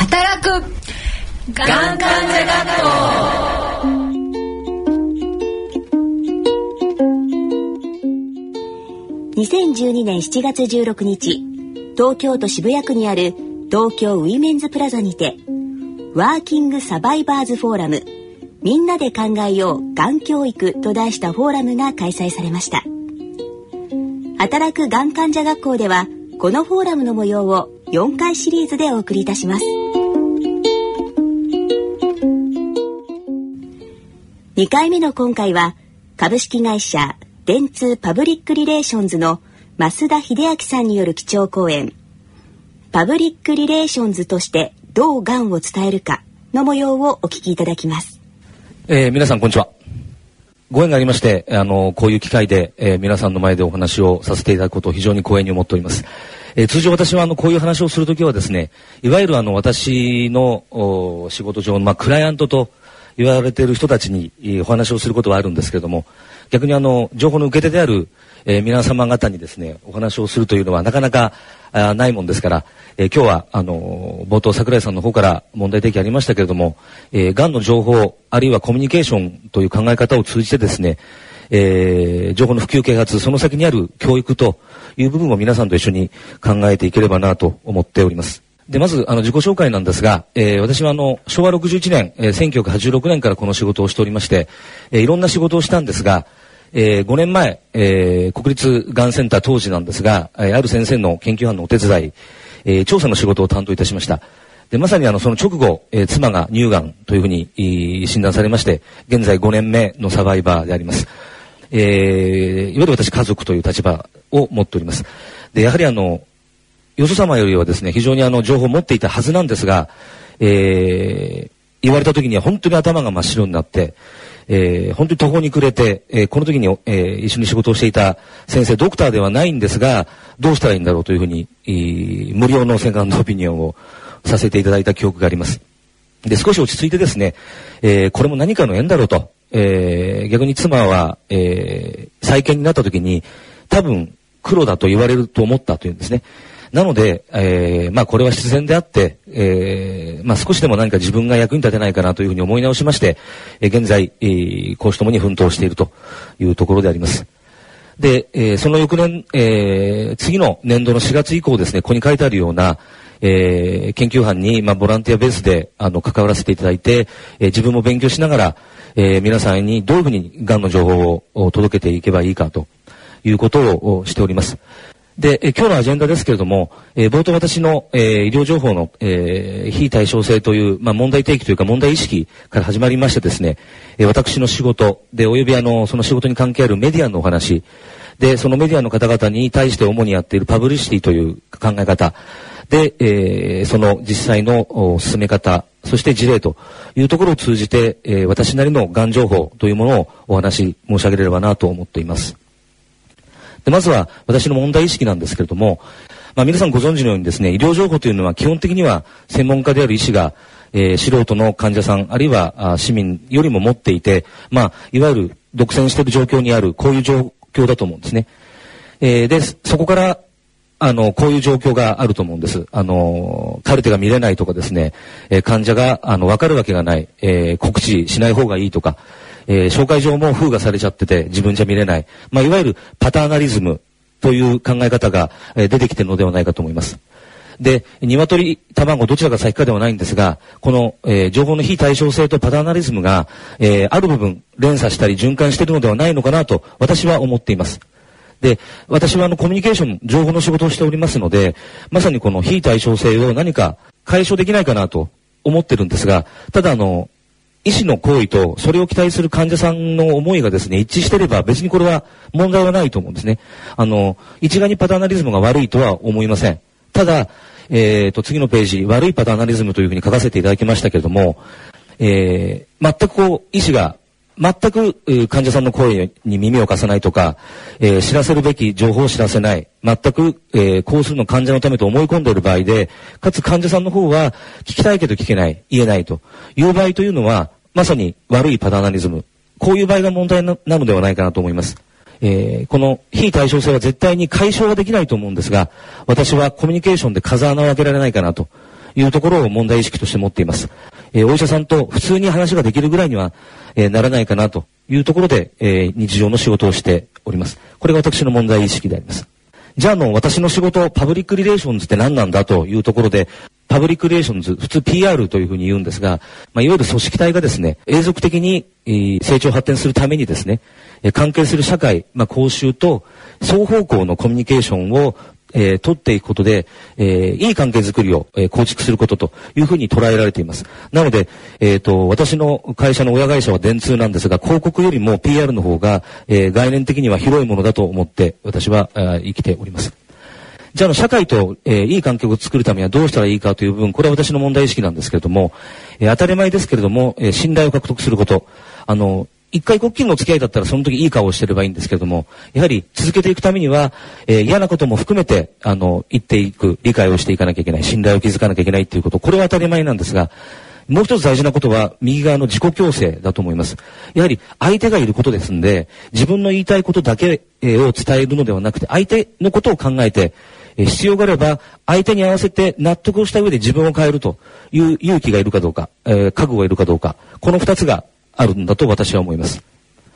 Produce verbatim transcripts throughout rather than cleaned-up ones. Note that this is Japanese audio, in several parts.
働くがん患者学校。 にせんじゅうにねんしちがつじゅうろくにち、東京都渋谷区にある東京ウィメンズプラザにてワーキングサバイバーズフォーラム、みんなで考えようがん教育と題したフォーラムが開催されました。働くがん患者学校ではこのフォーラムの模様をよんかいシリーズでお送りいたします。にかいめの今回は株式会社電通パブリックリレーションズの増田秀明さんによる基調講演、パブリックリレーションズとしてどうがんを伝えるかの模様をお聞きいただきます。 えー、皆さんこんにちは。ご縁がありまして、あのこういう機会で、えー、皆さんの前でお話をさせていただくことを非常に光栄に思っております。えー、通常私はあのこういう話をするときはですね、いわゆるあの私の仕事上の、まあ、クライアントと言われている人たちにお話をすることはあるんですけれども、逆にあの情報の受け手である、えー、皆様方にですねお話をするというのはなかなかあないもんですから、えー、今日はあの冒頭櫻井さんの方から問題提起ありましたけれども、えー、がんの情報あるいはコミュニケーションという考え方を通じてですね、えー、情報の普及啓発、その先にある教育という部分を皆さんと一緒に考えていければなと思っております。でまずあの自己紹介なんですが、えー、私はあのしょうわろくじゅういちねん、えー、せんきゅうひゃくはちじゅうろくねんからこの仕事をしておりまして、えー、いろんな仕事をしたんですが、えー、ごねんまえ、えー、国立がんセンター当時なんですが、えー、ある先生の研究班のお手伝い、えー、調査の仕事を担当いたしました。でまさにあのその直後、えー、妻が乳がんというふうに、えー、診断されまして、現在ごねんめのサバイバーであります。えー、いわゆる私家族という立場を持っております。でやはりあのよそ様よりはですね非常にあの情報を持っていたはずなんですが、えー、言われた時には本当に頭が真っ白になって、えー、本当に途方に暮れて、えー、この時に、えー、一緒に仕事をしていた先生、ドクターではないんですがどうしたらいいんだろうというふうに、えー、無料のセカンドオピニオンをさせていただいた記憶があります。で少し落ち着いてですね、えー、これも何かの縁だろうと、えー、逆に妻は、えー、再建になった時に多分黒だと言われると思ったというんですね。なので、えー、まあこれは必然であって、えー、まあ少しでも何か自分が役に立てないかなというふうに思い直しまして、えー、現在、えー、講師ともに奮闘しているというところであります。で、えー、その翌年、えー、次の年度のしがつ以降ですね、ここに書いてあるような、えー、研究班に、まあボランティアベースで、あの、関わらせていただいて、えー、自分も勉強しながら、えー、皆さんにどういうふうにがんの情報を届けていけばいいかということをしております。で、え今日のアジェンダですけれども、えー、冒頭私の、えー、医療情報の、えー、非対称性という、まあ、問題提起というか問題意識から始まりましてですね、えー、私の仕事でおよびあのその仕事に関係あるメディアのお話で、そのメディアの方々に対して主にやっているパブリシティという考え方で、えー、その実際の進め方、そして事例というところを通じて、えー、私なりのがん情報というものをお話し申し上げれればなと思っています。でまずは私の問題意識なんですけれども、まあ、皆さんご存知のようにですね、医療情報というのは基本的には専門家である医師が、えー、素人の患者さんあるいは市民よりも持っていて、まあ、いわゆる独占している状況にあるこういう状況だと思うんですね。えー、でそこからあのこういう状況があると思うんです。あのカルテが見れないとかですね、えー、患者があの分かるわけがない、えー、告知しない方がいいとか、えー、紹介状も封がされちゃってて自分じゃ見れない、まあ、いわゆるパターナリズムという考え方が、えー、出てきているのではないかと思います。で、鶏、卵どちらが先かではないんですが、この、えー、情報の非対称性とパターナリズムが、えー、ある部分連鎖したり循環しているのではないのかなと私は思っています。で、私はあのコミュニケーション、情報の仕事をしておりますので、まさにこの非対称性を何か解消できないかなと思ってるんですが、ただあの医師の行為とそれを期待する患者さんの思いがですね一致していれば別にこれは問題はないと思うんですね。あの一概にパターナリズムが悪いとは思いません。ただ、えーと次のページ、悪いパターナリズムというふうに書かせていただきましたけれども、えー、全くこう医師が全く患者さんの声に耳を貸さないとか、えー、知らせるべき情報を知らせない、全く、えー、こうするの患者のためと思い込んでいる場合で、かつ患者さんの方は聞きたいけど聞けない、言えないという場合というのはまさに悪いパターナリズム、こういう場合が問題なのではないかなと思います。えー、この非対称性は絶対に解消はできないと思うんですが、私はコミュニケーションで風穴を開けられないかなというところを問題意識として持っています。えー、お医者さんと普通に話ができるぐらいには、えー、ならないかなというところで、えー、日常の仕事をしております。これが私の問題意識であります。じゃあ、あの、私の仕事、パブリックリレーションズって何なんだというところで、パブリックリレーションズ、普通 ピーアール というふうに言うんですが、まあ、いわゆる組織体がですね、永続的に、えー、成長発展するためにですね、えー、関係する社会、まあ、公衆と双方向のコミュニケーションをえー、取っていくことで、えー、いい関係づくりを、えー、構築することというふうに捉えられています。なので、えーと、私の会社の親会社は電通なんですが、広告よりも ピーアール の方が、えー、概念的には広いものだと思って私は生きております。じゃあ、の社会と、えー、いい関係を作るためにはどうしたらいいかという部分、これは私の問題意識なんですけれども、えー、当たり前ですけれども、えー、信頼を獲得すること。あの、一回こっきりの付き合いだったらその時いい顔をしてればいいんですけれども、やはり続けていくためには、えー、嫌なことも含めて、あの、言っていく、理解をしていかなきゃいけない、信頼を築かなきゃいけないということ、これは当たり前なんですが、もう一つ大事なことは、右側の自己矯正だと思います。やはり相手がいることですんで、自分の言いたいことだけを伝えるのではなくて、相手のことを考えて、えー、必要があれば、相手に合わせて納得をした上で自分を変えるという勇気がいるかどうか、えー、覚悟がいるかどうか、この二つがあるんだと私は思います。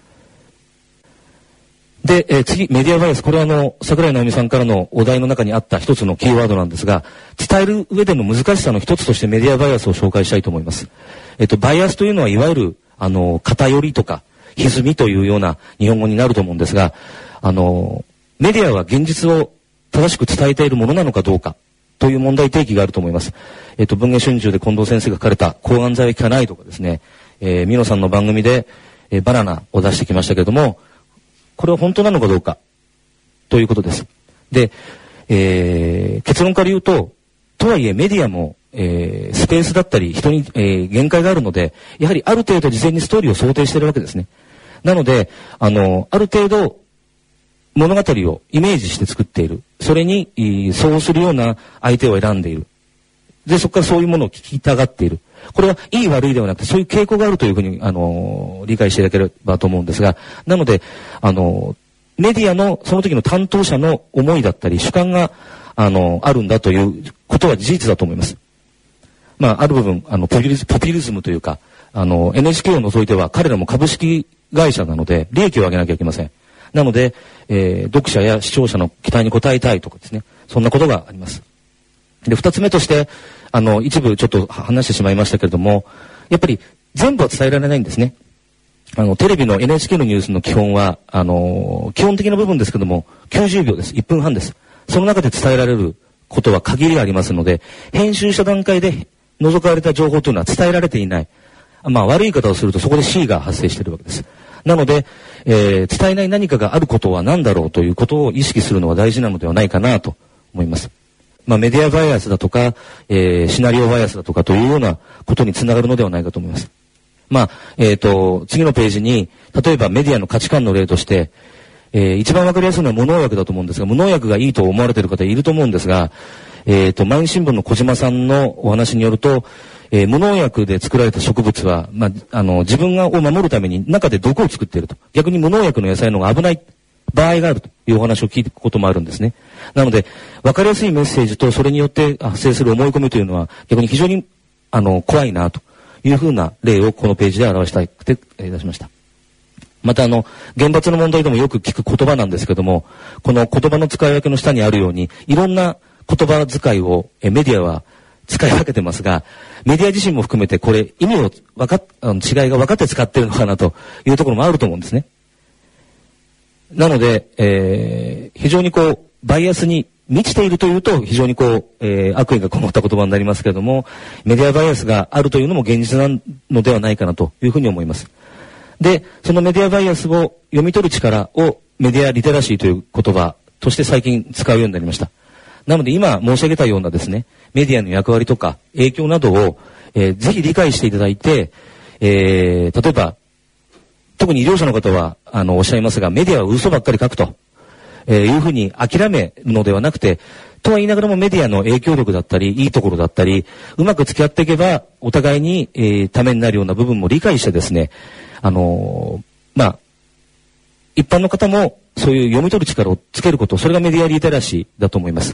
で、えー、次、メディアバイアス。これはあの、桜井直美さんからのお題の中にあった一つのキーワードなんですが、伝える上での難しさの一つとしてメディアバイアスを紹介したいと思います。えっと、バイアスというのはいわゆる、あの、偏りとか、歪みというような日本語になると思うんですが、あの、メディアは現実を正しく伝えているものなのかどうかという問題提起があると思います。えっと、文藝春秋で近藤先生が書かれた抗がん剤は効かないとかですね、えー、ミノさんの番組で、えー、バナナを出してきましたけれども、これは本当なのかどうかということです。で、えー、結論から言うと、とはいえメディアも、えー、スペースだったり人に、えー、限界があるので、やはりある程度事前にストーリーを想定しているわけですね。なので、あの、ある程度物語をイメージして作っている。それに、そうするような相手を選んでいる。で、そこからそういうものを聞きたがっている。これはいい悪いではなくて、そういう傾向があるというふうに、あのー、理解していただければと思うんですが、なので、あのー、メディアのその時の担当者の思いだったり、主観が、あのー、あるんだということは事実だと思います。まあ、ある部分、あの、ポピュリズ、ポピュリズムというか、あの、エヌエイチケー を除いては彼らも株式会社なので、利益を上げなきゃいけません。なので、えー、読者や視聴者の期待に応えたいとかですね、そんなことがあります。で、二つ目として、あの、一部ちょっと話してしまいましたけれども、やっぱり全部は伝えられないんですね。あの、テレビの エヌエイチケー のニュースの基本は、あの、基本的な部分ですけども、きゅうじゅうびょうです。いっぷんはんです。その中で伝えられることは限りがありますので、編集した段階で除かれた情報というのは伝えられていない。まあ、悪い言い方をするとそこで C が発生しているわけです。なので、えー、伝えない何かがあることは何だろうということを意識するのが大事なのではないかなと思います。まあ、メディアバイアスだとか、えー、シナリオバイアスだとかというようなことにつながるのではないかと思います。まあ、えっと、次のページに、例えばメディアの価値観の例として、えー、一番わかりやすいのは無農薬だと思うんですが、無農薬がいいと思われている方いると思うんですが、えっと、毎日新聞の小島さんのお話によると、えー、無農薬で作られた植物は、まあ、あの、自分がを守るために中で毒を作っていると。逆に無農薬の野菜の方が危ない場合があるというお話を聞いたこともあるんですね。なので、わかりやすいメッセージとそれによって発生する思い込みというのは逆に非常に、あの、怖いなというふうな例をこのページで表したくて、えー、出しました。またあの、原発の問題でもよく聞く言葉なんですけども、この言葉の使い分けの下にあるように、いろんな言葉遣いをえメディアは使い分けてますが、メディア自身も含めてこれ意味を分かっ、あの違いが分かって使ってるのかなというところもあると思うんですね。なので、えー、非常にこう、バイアスに満ちているというと、非常にこう、えー、悪意がこもった言葉になりますけれども、メディアバイアスがあるというのも現実なのではないかなというふうに思います。で、そのメディアバイアスを読み取る力をメディアリテラシーという言葉として最近使うようになりました。なので今申し上げたようなですね、メディアの役割とか影響などを、えー、ぜひ理解していただいて、えー、例えば、特に医療者の方は、あの、おっしゃいますが、メディアは嘘ばっかり書くと、えー、いうふうに諦めるのではなくて、とは言いながらもメディアの影響力だったり、いいところだったり、うまく付き合っていけば、お互いに、えー、ためになるような部分も理解してですね、あのー、まあ、一般の方もそういう読み取る力をつけること、それがメディアリテラシーだと思います。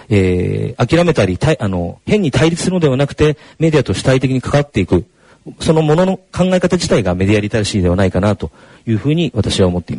えー、諦めたり、あの、変に対立するのではなくて、メディアと主体的に関わっていく、そのものの考え方自体がメディアリテラシーではないかなというふうに私は思っています。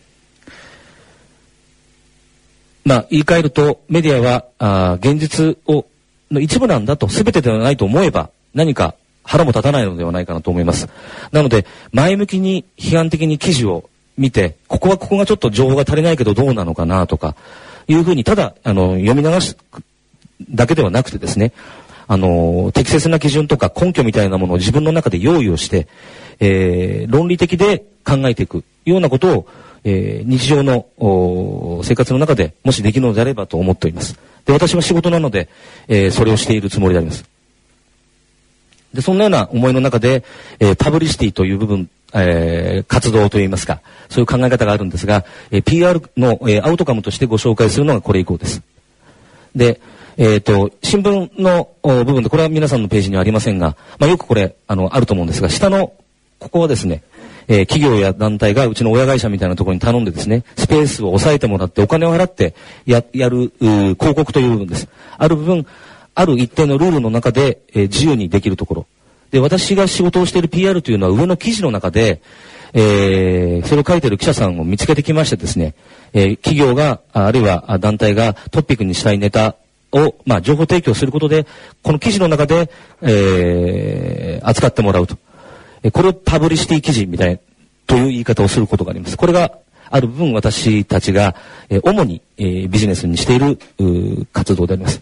まあ、言い換えると、メディアは、あ現実を、の一部なんだと、全てではないと思えば、何か腹も立たないのではないかなと思います。なので、前向きに批判的に記事を見て、ここはここがちょっと情報が足りないけどどうなのかなとか、いうふうに、ただ、あの、読み流すだけではなくてですね、あの、適切な基準とか根拠みたいなものを自分の中で用意をして、えー、論理的で考えていくようなことを、えー、日常の生活の中でもしできるのであればと思っております。で、私は仕事なので、えー、それをしているつもりであります。で、そんなような思いの中で、えー、パブリシティという部分、えー、活動といいますか、そういう考え方があるんですが、えー、ピーアール の、えー、アウトカムとしてご紹介するのがこれ以降です。で、えっと、新聞の部分で、これは皆さんのページにはありませんが、まあ、よくこれ、あの、あると思うんですが、下の、ここはですね、えー、企業や団体がうちの親会社みたいなところに頼んでですね、スペースを抑えてもらってお金を払ってや、やる、広告という部分です。ある部分、ある一定のルールの中で、えー、自由にできるところ。で、私が仕事をしている ピーアール というのは上の記事の中で、えー、それを書いている記者さんを見つけてきましてですね、えー、企業が、あるいは団体がトピックにしたいネタを、まあ、情報提供することで、この記事の中で、えー、扱ってもらうと。これをパブリシティ記事みたいという言い方をすることがあります。これがある部分私たちが、えー、主に、えー、ビジネスにしている活動であります。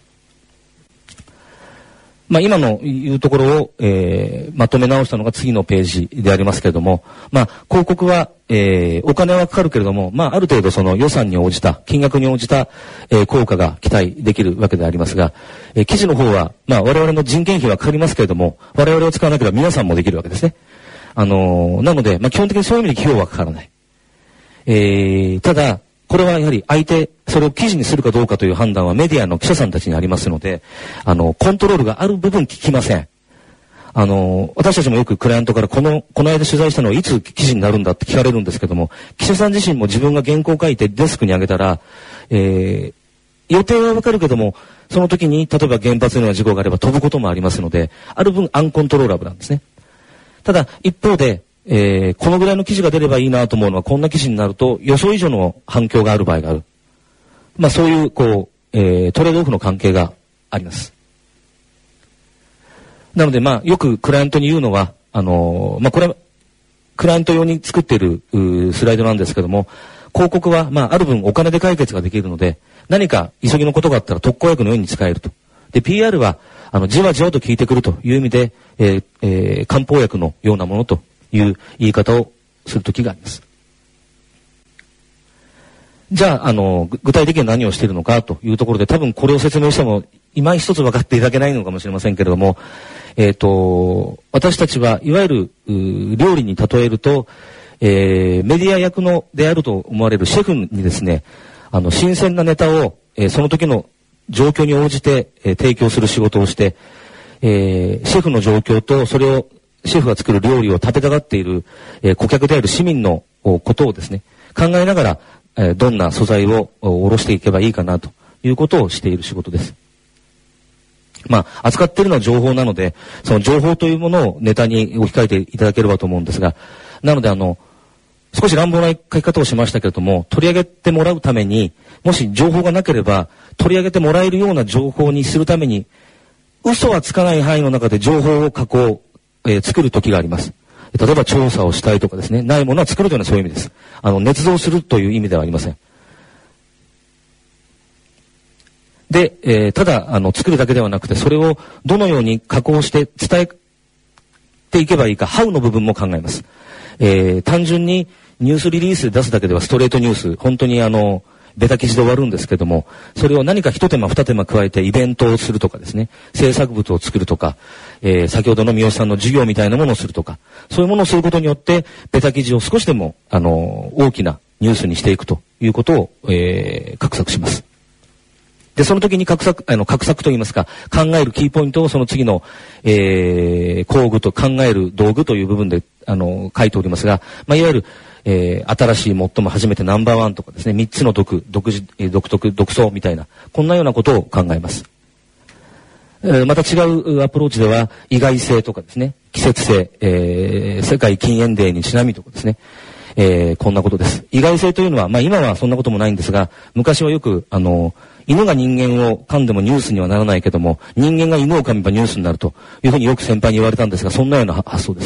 まあ、今の言うところを、えー、まとめ直したのが次のページでありますけれども、まあ、広告は、えー、お金はかかるけれども、まあ、ある程度その予算に応じた、金額に応じた、えー、効果が期待できるわけでありますが、えー、記事の方は、まあ、我々の人件費はかかりますけれども、我々を使わなければ皆さんもできるわけですね。あのー、なので、まあ、基本的にそういう意味で費用はかからない。えー、ただ、これはやはり相手、それを記事にするかどうかという判断はメディアの記者さんたちにありますので、あの、コントロールがある部分聞きません。あの、私たちもよくクライアントからこの、この間取材したのはいつ記事になるんだって聞かれるんですけども、記者さん自身も自分が原稿を書いてデスクに上げたら、えー、予定はわかるけども、その時に例えば原発のような事故があれば飛ぶこともありますので、ある分アンコントローラブなんですね。ただ、一方で、えー、このぐらいの記事が出ればいいなと思うのは、こんな記事になると予想以上の反響がある場合がある。まあそういう、こう、えー、トレードオフの関係があります。なので、まあよくクライアントに言うのは、あのー、まあこれは、クライアント用に作っているスライドなんですけども、広告は、まあある分お金で解決ができるので、何か急ぎのことがあったら特効薬のように使えると。で、ピーアール は、あの、じわじわと効いてくるという意味で、えーえー、漢方薬のようなものと、いう言い方をするときがあります。じゃあ、あの、具体的に何をしているのかというところで、多分これを説明しても、今一つ分かっていただけないのかもしれませんけれども、えっと、私たちはいわゆる、料理に例えると、えー、メディア役のであると思われるシェフにですね、あの、新鮮なネタを、えー、その時の状況に応じて、えー、提供する仕事をして、えー、シェフの状況とそれをシェフが作る料理を食べたがっている、えー、顧客である市民のことをですね、考えながら、えー、どんな素材をおろしていけばいいかなということをしている仕事です。まあ、扱っているのは情報なので、その情報というものをネタに置き換えていただければと思うんですが、なのであの、少し乱暴な書き方をしましたけれども、取り上げてもらうために、もし情報がなければ、取り上げてもらえるような情報にするために、嘘はつかない範囲の中で情報を加工、えー、作る時があります。例えば調査をしたいとかですね、ないものは作るというのはそういう意味です。あの、捏造するという意味ではありません。で、えー、ただ、あの、作るだけではなくて、それをどのように加工して伝えていけばいいか、ハウの部分も考えます。えー、単純にニュースリリースで出すだけではストレートニュース、本当にあの、ベタ記事で終わるんですけども、それを何か一手間二手間加えてイベントをするとかですね、制作物を作るとか、えー、先ほどの三好さんの授業みたいなものをするとか、そういうものをすることによって、ベタ記事を少しでも、あの、大きなニュースにしていくということを、えー、画策します。で、その時に画策、あの、画策といいますか、考えるキーポイントをその次の、えー、工具と考える道具という部分で、あの、書いておりますが、まあ、いわゆる、 えー、新しい最も初めてナンバーワンとかですね、みっつの毒、独自、えー、独特、独創みたいな、こんなようなことを考えます。えー、また違うアプローチでは、意外性とかですね、季節性、えー、世界禁煙デーにちなみとかですね、えー、こんなことです。意外性というのは、まあ今はそんなこともないんですが、昔はよく、あの、犬が人間を噛んでもニュースにはならないけども、人間が犬を噛めばニュースになるというふうによく先輩に言われたんですが、そんなような発想です。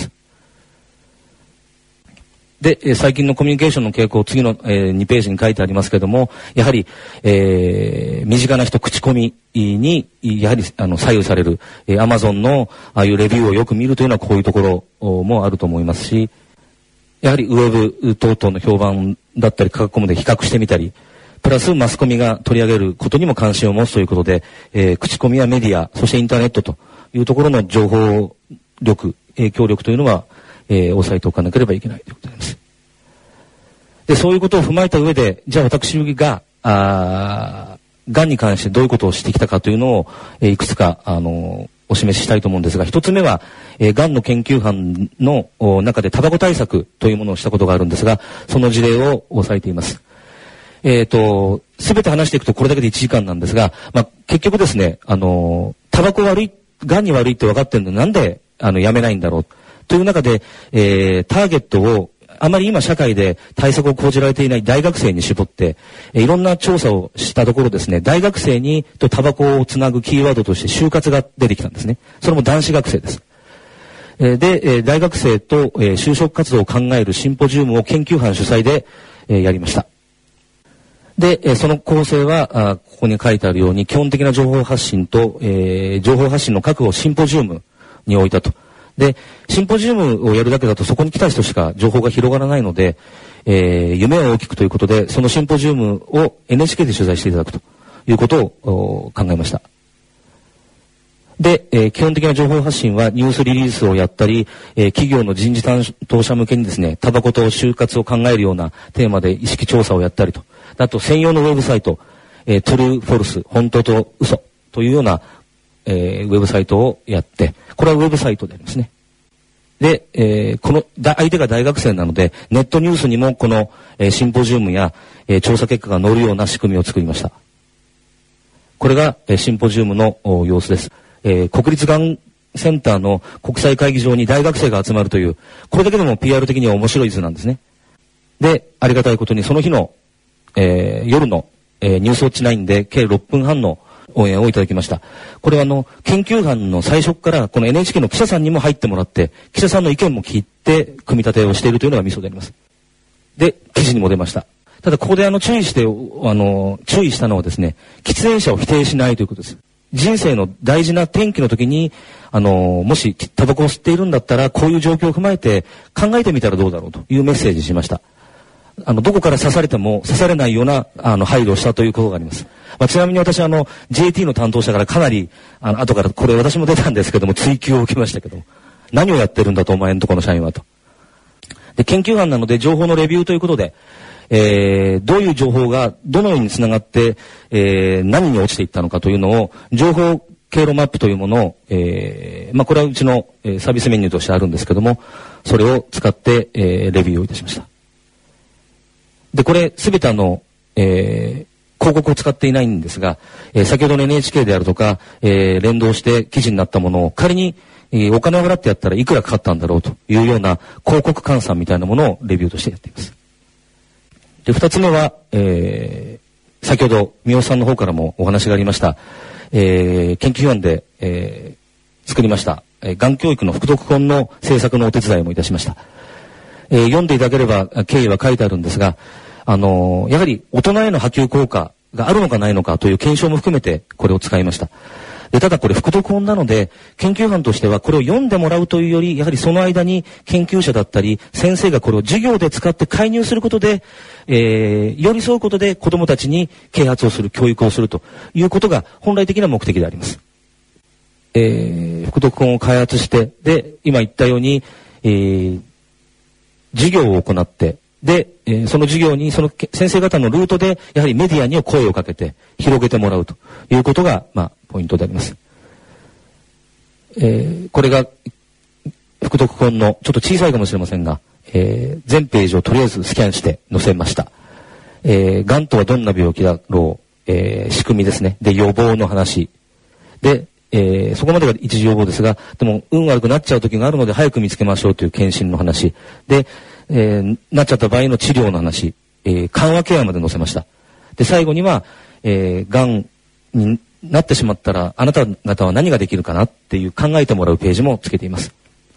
で、えー、最近のコミュニケーションの傾向、次の、えー、にページに書いてありますけども、やはり、えー、身近な人、口コミに、やはり、あの、左右される、えー、アマゾンの、ああいうレビューをよく見るというのはこういうところもあると思いますし、やはりウェブ等々の評判だったり、価格コムで比較してみたり、プラスマスコミが取り上げることにも関心を持つということで、えー、口コミやメディア、そしてインターネットというところの情報力、影響力というのは、えー、抑えておかなければいけないということです。で、そういうことを踏まえた上で、じゃあ私が、あがんに関してどういうことをしてきたかというのを、えー、いくつか、あのー、お示ししたいと思うんですが、一つ目は、えー、がんの研究班の中でタバコ対策というものをしたことがあるんですが、その事例を押さえています。えっと、すべて話していくとこれだけでいちじかんなんですが、まあ、結局ですね、あのー、タバコ悪い、がんに悪いって分かってるのになんで、あの、やめないんだろう。という中で、えー、ターゲットを、あまり今社会で対策を講じられていない大学生に絞って、えー、いろんな調査をしたところですね、大学生にとタバコをつなぐキーワードとして就活が出てきたんですね。それも男子学生です。えー、で、えー、大学生と、えー、就職活動を考えるシンポジウムを研究班主催で、えー、やりました。で、えー、その構成はあ、ここに書いてあるように基本的な情報発信と、えー、情報発信の確保をシンポジウムに置いたと。で、シンポジウムをやるだけだとそこに来た人しか情報が広がらないので、えー、夢を大きくということで、そのシンポジウムを エヌエイチケー で取材していただくということを考えました。で、えー、基本的な情報発信はニュースリリースをやったり、えー、企業の人事担当者向けにですね、タバコと就活を考えるようなテーマで意識調査をやったりと、あと専用のウェブサイト、えー、トゥルーフォルス、本当と嘘というような、えー、ウェブサイトをやって、これはウェブサイトでありますね。で、えー、この相手が大学生なので、ネットニュースにもこの、えー、シンポジウムや、えー、調査結果が載るような仕組みを作りました。これが、えー、シンポジウムの様子です。えー、国立がんセンターの国際会議場に大学生が集まるという、これだけでも ピーアール 的には面白い図なんですね。で、ありがたいことにその日の、えー、夜の、えー、ニュースウォッチナインで計ろっぷんはんの応援をいただきました。これはあの、研究班の最初からこの エヌエイチケー の記者さんにも入ってもらって、記者さんの意見も聞いて、組み立てをしているというのがミソであります。で、記事にも出ました。ただここであの、注意して、あの、注意したのはですね、喫煙者を否定しないということです。人生の大事な転機の時に、あの、もしタバコを吸っているんだったら、こういう状況を踏まえて考えてみたらどうだろうというメッセージしました。あの、どこから刺されても刺されないような、あの、配慮をしたということがあります。まあ、ちなみに私あの、ジェーティー の担当者からかなり、あの、後から、これ私も出たんですけども、追及を受けましたけども、何をやってるんだとお前のところの社員はと。で、研究班なので情報のレビューということで、えー、どういう情報がどのようにつながって、えー、何に落ちていったのかというのを、情報経路マップというものを、えー、まあ、これはうちの、えー、サービスメニューとしてあるんですけども、それを使って、えー、レビューをいたしました。で、これ、すべてあの、えー、広告を使っていないんですが、えー、先ほどの エヌエイチケー であるとか、えー、連動して記事になったものを仮に、えー、お金を払ってやったらいくらかかったんだろうというような広告換算みたいなものをレビューとしてやっています。で、二つ目は、えー、先ほど三好さんの方からもお話がありました、えー、研究班で、えー、作りました、えー、がん教育の副読本の制作のお手伝いもいたしました。えー、読んでいただければ経緯は書いてあるんですが、あのー、やはり大人への波及効果があるのかないのかという検証も含めてこれを使いました。で、ただこれ副読本なので、研究班としてはこれを読んでもらうというより、やはりその間に研究者だったり、先生がこれを授業で使って介入することで、えー、寄り添うことで子供たちに啓発をする、教育をするということが本来的な目的であります。えー、副読本を開発して、で、今言ったように、えー、授業を行って、で、えー、その授業にその先生方のルートでやはりメディアに声をかけて広げてもらうということが、まあ、ポイントであります。えー、これが副読本のちょっと小さいかもしれませんが、 えー、全ページをとりあえずスキャンして載せました。えー、がんとはどんな病気だろう、えー、仕組みですね。で、予防の話。で、えー、そこまでが一時予防ですが、でも運悪くなっちゃう時があるので早く見つけましょうという検診の話。で、えー、なっちゃった場合の治療の話。えー、緩和ケアまで載せました。で、最後には、えー、がんになってしまったらあなた方は何ができるかなっていう考えてもらうページもつけています。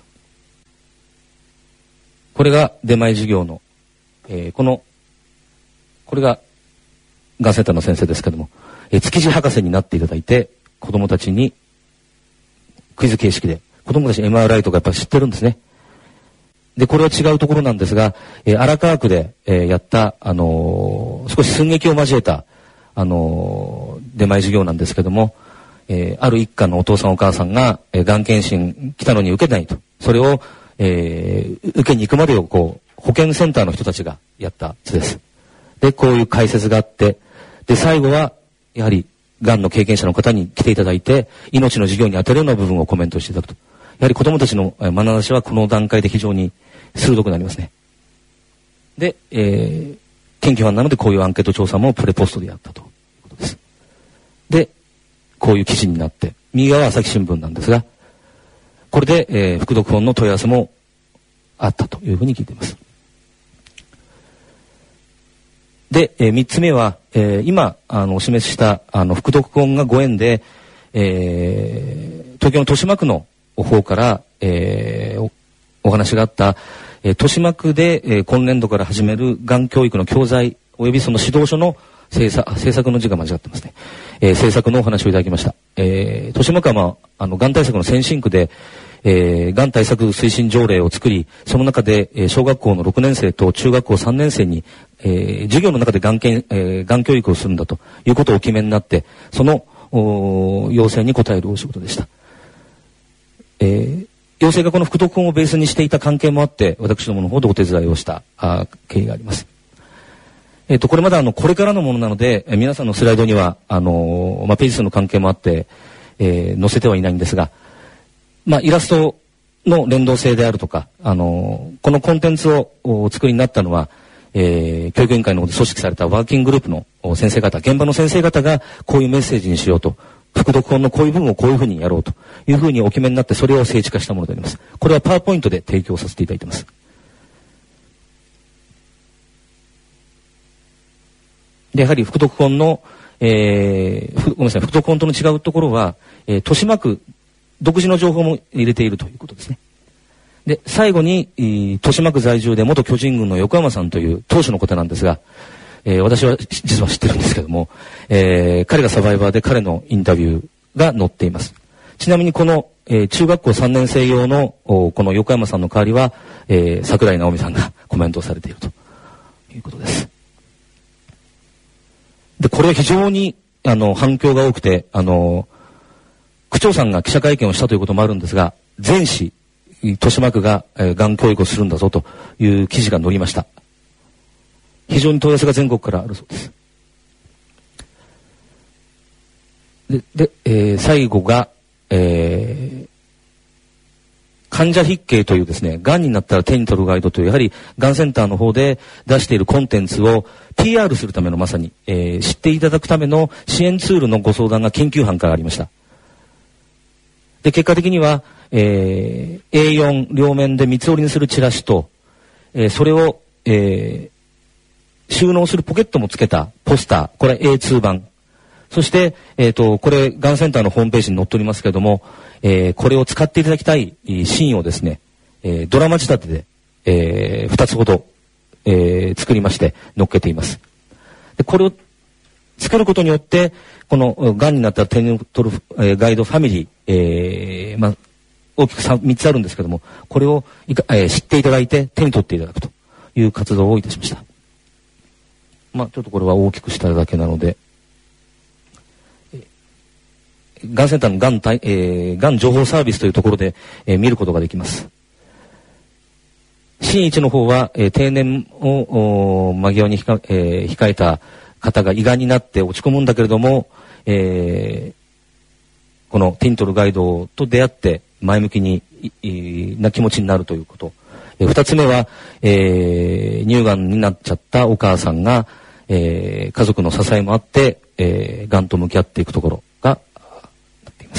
これが出前授業の、えー、このこれががんセンターの先生ですけども、えー、築地博士になっていただいて子どもたちにクイズ形式で子どもたち エムアールアイ とかやっぱり知ってるんですね。でこれは違うところなんですが、えー、荒川区で、えー、やった、あのー、少し寸劇を交えた、あのー、出前授業なんですけども、えー、ある一家のお父さんお母さんが、えー、がん検診来たのに受けないと、それを、えー、受けに行くまでをこう保健センターの人たちがやった図です。でこういう解説があって、で最後はやはりがんの経験者の方に来ていただいて命の授業に当たるような部分をコメントしていただくと、やはり子どもたちの眼差しはこの段階で非常に鋭くなりますね。で、えー、研究班なのでこういうアンケート調査もプレポストでやったということです。でこういう記事になって、右側は朝日新聞なんですが、これで、えー、副読本の問い合わせもあったというふうに聞いています。で、えー、三つ目は、えー、今あのお示ししたあの副読本がご縁で、えー、東京の豊島区の方から、えー、お, お話があった、えー、豊島区で、えー、今年度から始めるがん教育の教材およびその指導書の制作、制作の字が間違ってますね。えー、制作のお話をいただきました。えー、豊島区は、まあ、あの、がん対策の先進区で、えー、がん対策推進条例を作り、その中で、えー、小学校のろくねん生と中学校さんねん生に、えー、授業の中でがんけん、えー、がん教育をするんだということをお決めになって、その、要請に応えるお仕事でした。えー、要請がこの副読本をベースにしていた関係もあって、私どもの方でお手伝いをしたあ経緯があります。えっと、これまだあの、これからのものなので、え皆さんのスライドには、あのー、まあ、ページ数の関係もあって、えー、載せてはいないんですが、まあ、イラストの連動性であるとか、あのー、このコンテンツをお作りになったのは、えー、教育委員会の方で組織されたワーキンググループの先生方、現場の先生方がこういうメッセージにしようと、副読本のこういう部分をこういうふうにやろうというふうにお決めになって、それを精緻化したものであります。これはパワーポイントで提供させていただいています。で、やはり副読本の、えー、ごめんなさい、副読本との違うところは、えー、豊島区独自の情報も入れているということですね。で、最後に、えー、豊島区在住で元巨人軍の横山さんという当主の方なんですが、えー、私は実は知ってるんですけども、えー、彼がサバイバーで彼のインタビューが載っています。ちなみにこの、えー、中学校さんねん生用のこの横山さんの代わりは、えー、桜井直美さんがコメントをされているということです。で、これは非常に、あの、反響が多くて、あの、区長さんが記者会見をしたということもあるんですが、全市、豊島区が、えー、がん教育をするんだぞという記事が載りました。非常に問い合わせが全国からあるそうです。で、でえー、最後が、えー、患者筆記というですね、がんになったら手に取るガイドという、やはりがんセンターの方で出しているコンテンツを ピーアール するためのまさに、えー、知っていただくための支援ツールのご相談が研究班からありました。で、結果的には、えー、エーよん 両面で三つ折りにするチラシと、えー、それを、えー、収納するポケットもつけたポスター、これ エーツー 版。そして、えっと、これ、がんセンターのホームページに載っておりますけれども、えー、これを使っていただきたいシーンをですね、えー、ドラマ仕立てで、えー、ふたつほど、えー、作りまして載っけています。で、これを作ることによって、この、がんになったら手に取る、えー、ガイドファミリー、えー、まあ、大きくみっつあるんですけども、これをいか、えー、知っていただいて手に取っていただくという活動をいたしました。まあ、ちょっとこれは大きくしただけなので、がんセンターのがん、えー、がん情報サービスというところで、えー、見ることができます。シーンいちの方は、えー、定年を間際に控え、えー、控えた方が胃がんになって落ち込むんだけれども、えー、このティントルガイドと出会って前向きにな気持ちになるということ。 えー、二つ目は、えー、乳がんになっちゃったお母さんが、えー、家族の支えもあって、えー、がんと向き合っていくところがなっています。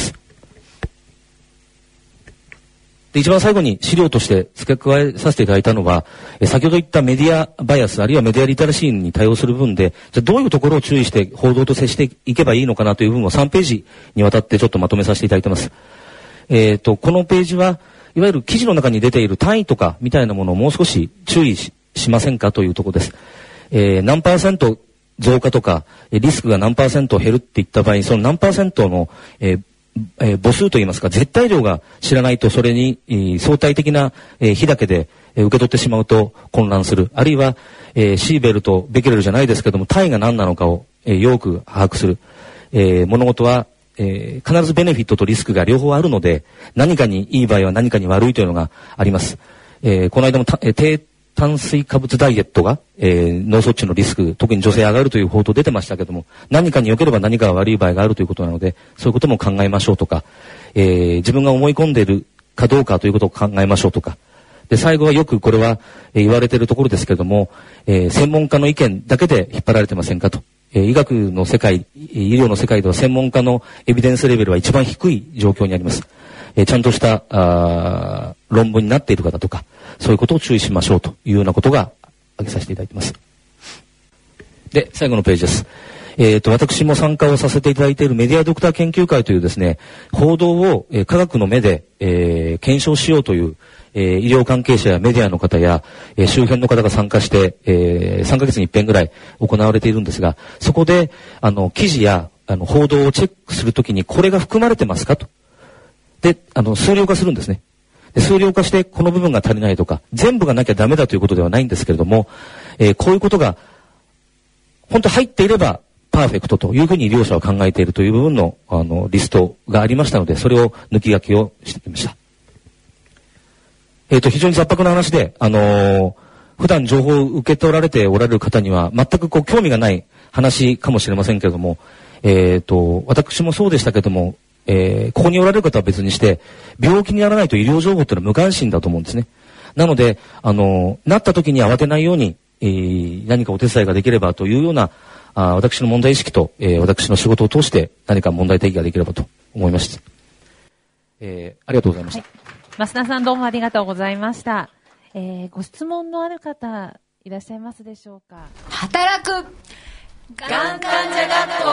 で、一番最後に資料として付け加えさせていただいたのは、えー、先ほど言ったメディアバイアスあるいはメディアリテラシーに対応する部分で、じゃあどういうところを注意して報道と接していけばいいのかなという部分をさんページにわたってちょっとまとめさせていただいています。えっと、このページはいわゆる記事の中に出ている単位とかみたいなものをもう少し注意 し, しませんかというところです。えー、何パーセント増加とかリスクが何パーセント減るっていった場合にその何パーセントの、えーえー、母数といいますか絶対量が知らないとそれに、えー、相対的な、えー、比だけで、えー、受け取ってしまうと混乱する。あるいは、えー、シーベルとベケレルじゃないですけども単位が何なのかを、えー、よく把握する。えー、物事はえー、必ずベネフィットとリスクが両方あるので何かにいい場合は何かに悪いというのがあります。えー、この間もた、えー、低炭水化物ダイエットが、えー、脳卒中のリスク特に女性上がるという報道出てましたけども何かに良ければ何かが悪い場合があるということなのでそういうことも考えましょうとか、えー、自分が思い込んでいるかどうかということを考えましょうとかで最後はよくこれは、えー、言われているところですけれども、えー、専門家の意見だけで引っ張られてませんかと。医学の世界、医療の世界では専門家のエビデンスレベルは一番低い状況にあります。えー、ちゃんとしたあ論文になっている方とか、そういうことを注意しましょうというようなことが挙げさせていただいています。で、最後のページです。えっと、私も参加をさせていただいているメディアドクター研究会というですね、報道を、えー、科学の目で、えー、検証しようという、えー、医療関係者やメディアの方や、えー、周辺の方が参加して、えー、さんかげつに一遍ぐらい行われているんですが、そこで、あの、記事や、あの、報道をチェックするときにこれが含まれてますかと。で、あの、数量化するんですね。で、数量化してこの部分が足りないとか、全部がなきゃダメだということではないんですけれども、えー、こういうことが、本当入っていれば、パーフェクトというふうに医療者は考えているという部分の、あの、リストがありましたので、それを抜き書きをしてきました。えっと、非常に雑白な話で、あのー、普段情報を受け取られておられる方には、全くこう、興味がない話かもしれませんけれども、えっと、私もそうでしたけども、えー、ここにおられる方は別にして、病気にならないと医療情報っていうのは無関心だと思うんですね。なので、あのー、なった時に慌てないように、えー、何かお手伝いができればというような、あ私の問題意識と、えー、私の仕事を通して何か問題提起ができればと思いました。えー、ありがとうございました。はい、 増田さんどうもありがとうございました。えー、ご質問のある方いらっしゃいますでしょうか。 働くがん患者学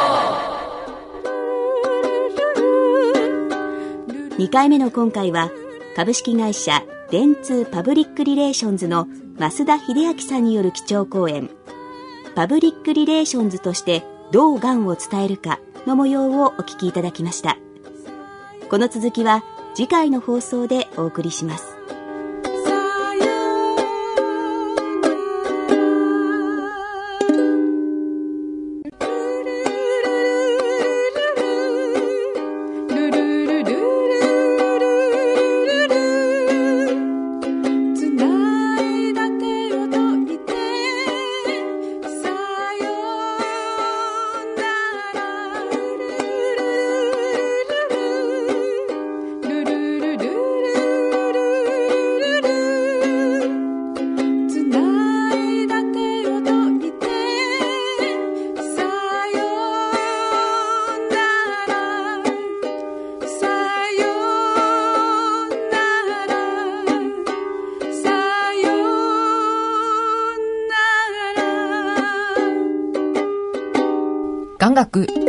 校にかいめの今回は株式会社電通パブリックリレーションズの増田秀明さんによる基調講演パブリックリレーションズとしてどうがんを伝えるかの模様をお聞きいただきました。この続きは次回の放送でお送りします。 がん学